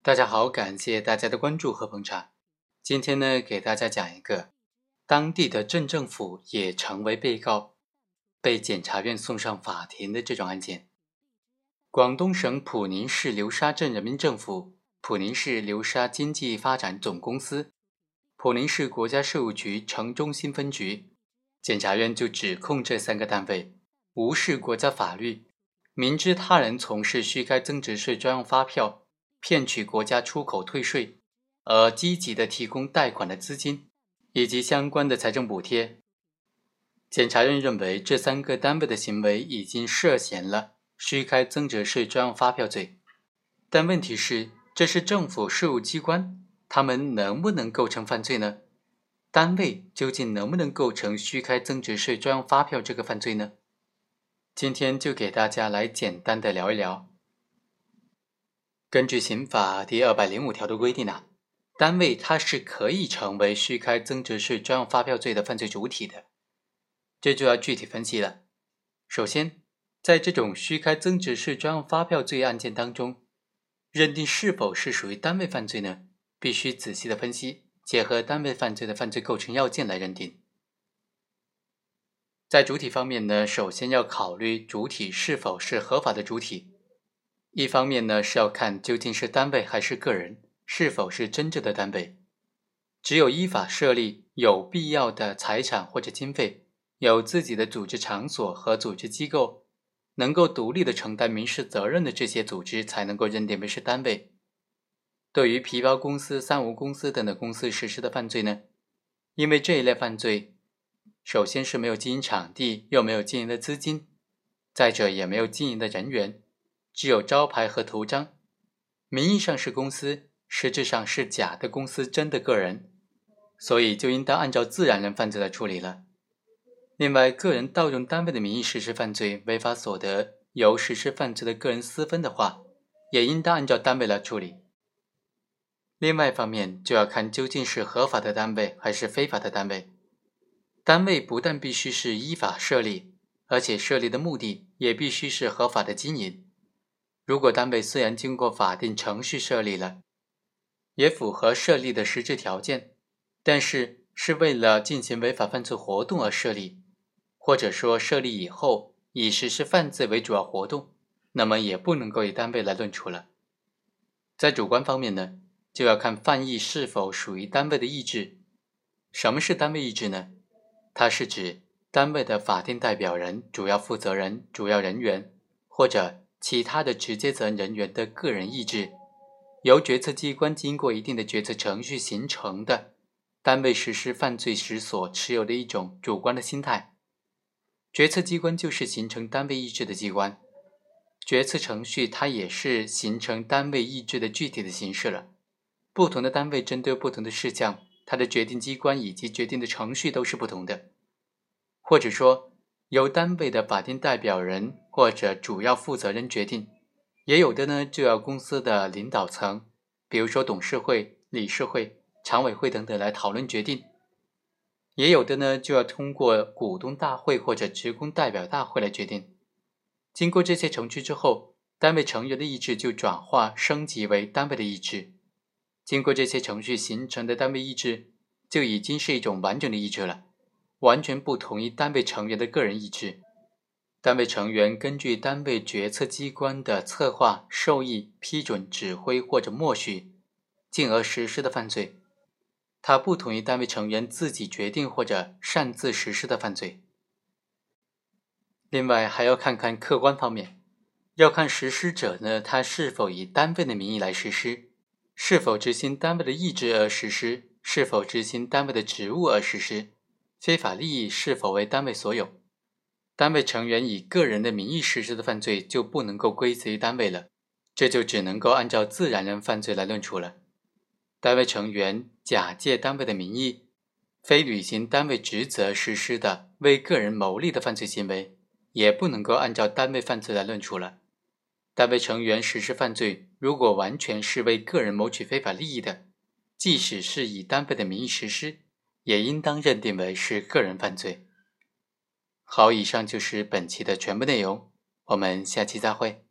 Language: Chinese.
大家好，感谢大家的关注和捧场。今天呢，给大家讲一个当地的镇政府也成为被告，被检察院送上法庭的这种案件。广东省普宁市流沙镇人民政府、普宁市流沙经济发展总公司、普宁市国家税务局城中心分局，检察院就指控这三个单位无视国家法律，明知他人从事虚开增值税专用发票，骗取国家出口退税，而积极的提供贷款的资金以及相关的财政补贴。检察院认为这三个单位的行为已经涉嫌了虚开增值税专用发票罪，但问题是，这是政府税务机关，他们能不能构成犯罪呢？单位究竟能不能构成虚开增值税专用发票这个犯罪呢？今天就给大家来简单的聊一聊。根据刑法第205条的规定单位它是可以成为虚开增值税专用发票罪的犯罪主体的。这就要具体分析了。首先，在这种虚开增值税专用发票罪案件当中，认定是否是属于单位犯罪呢，必须仔细的分析，结合单位犯罪的犯罪构成要件来认定。在主体方面呢，首先要考虑主体是否是合法的主体。一方面呢，是要看究竟是单位还是个人，是否是真正的单位。只有依法设立有必要的财产或者经费，有自己的组织场所和组织机构，能够独立的承担民事责任的这些组织才能够认定为是单位。对于皮包公司、三无公司等的公司实施的犯罪呢，因为这一类犯罪，首先是没有经营场地，又没有经营的资金，再者也没有经营的人员，只有招牌和图章，名义上是公司，实质上是假的公司，真的个人，所以就应当按照自然人犯罪来处理了。另外，个人盗用单位的名义实施犯罪，违法所得由实施犯罪的个人私分的话，也应当按照单位来处理。另外一方面，就要看究竟是合法的单位还是非法的单位。单位不但必须是依法设立，而且设立的目的也必须是合法的经营。如果单位虽然经过法定程序设立了，也符合设立的实质条件，但是为了进行违法犯罪活动而设立，或者说设立以后以实施犯罪为主要活动，那么也不能够以单位来论处了。在主观方面呢，就要看犯意是否属于单位的意志。什么是单位意志呢？它是指单位的法定代表人、主要负责人、主要人员或者其他的直接责任人员的个人意志，由决策机关经过一定的决策程序形成的，单位实施犯罪时所持有的一种主观的心态。决策机关就是形成单位意志的机关，决策程序它也是形成单位意志的具体的形式了。不同的单位针对不同的事项，它的决定机关以及决定的程序都是不同的。或者说，由单位的法定代表人或者主要负责人决定，也有的呢就要公司的领导层，比如说董事会、理事会、常委会等等来讨论决定，也有的呢就要通过股东大会或者职工代表大会来决定。经过这些程序之后，单位成员的意志就转化升级为单位的意志。经过这些程序形成的单位意志就已经是一种完整的意志了，完全不同于单位成员的个人意志。单位成员根据单位决策机关的策划、授意、批准、指挥或者默许，进而实施的犯罪，它不同于单位成员自己决定或者擅自实施的犯罪。另外还要看看客观方面，要看实施者呢，他是否以单位的名义来实施，是否执行单位的意志而实施，是否执行单位的职务而实施，非法利益是否为单位所有。单位成员以个人的名义实施的犯罪就不能够归责于单位了，这就只能够按照自然人犯罪来论处了。单位成员假借单位的名义，非履行单位职责实施的为个人谋利的犯罪行为，也不能够按照单位犯罪来论处了。单位成员实施犯罪，如果完全是为个人谋取非法利益的，即使是以单位的名义实施，也应当认定为是个人犯罪。好，以上就是本期的全部内容，我们下期再会。